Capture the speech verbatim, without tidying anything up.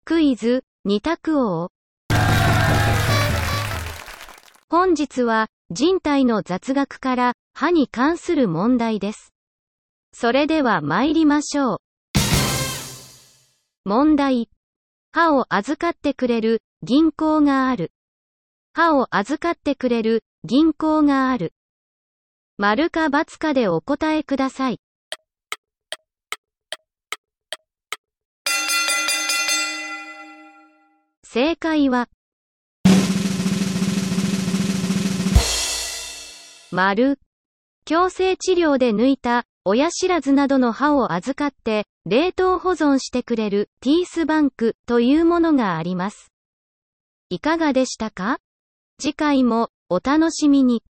クイズ、二択王。本日は、人体の雑学から、歯に関する問題です。それでは参りましょう。問題。歯を預かってくれる、銀行がある。歯を預かってくれる、銀行がある。丸か×かでお答えください。正解は、丸。矯正治療で抜いた、親知らずなどの歯を預かって、冷凍保存してくれる、ティースバンクというものがあります。いかがでしたか？次回も、お楽しみに。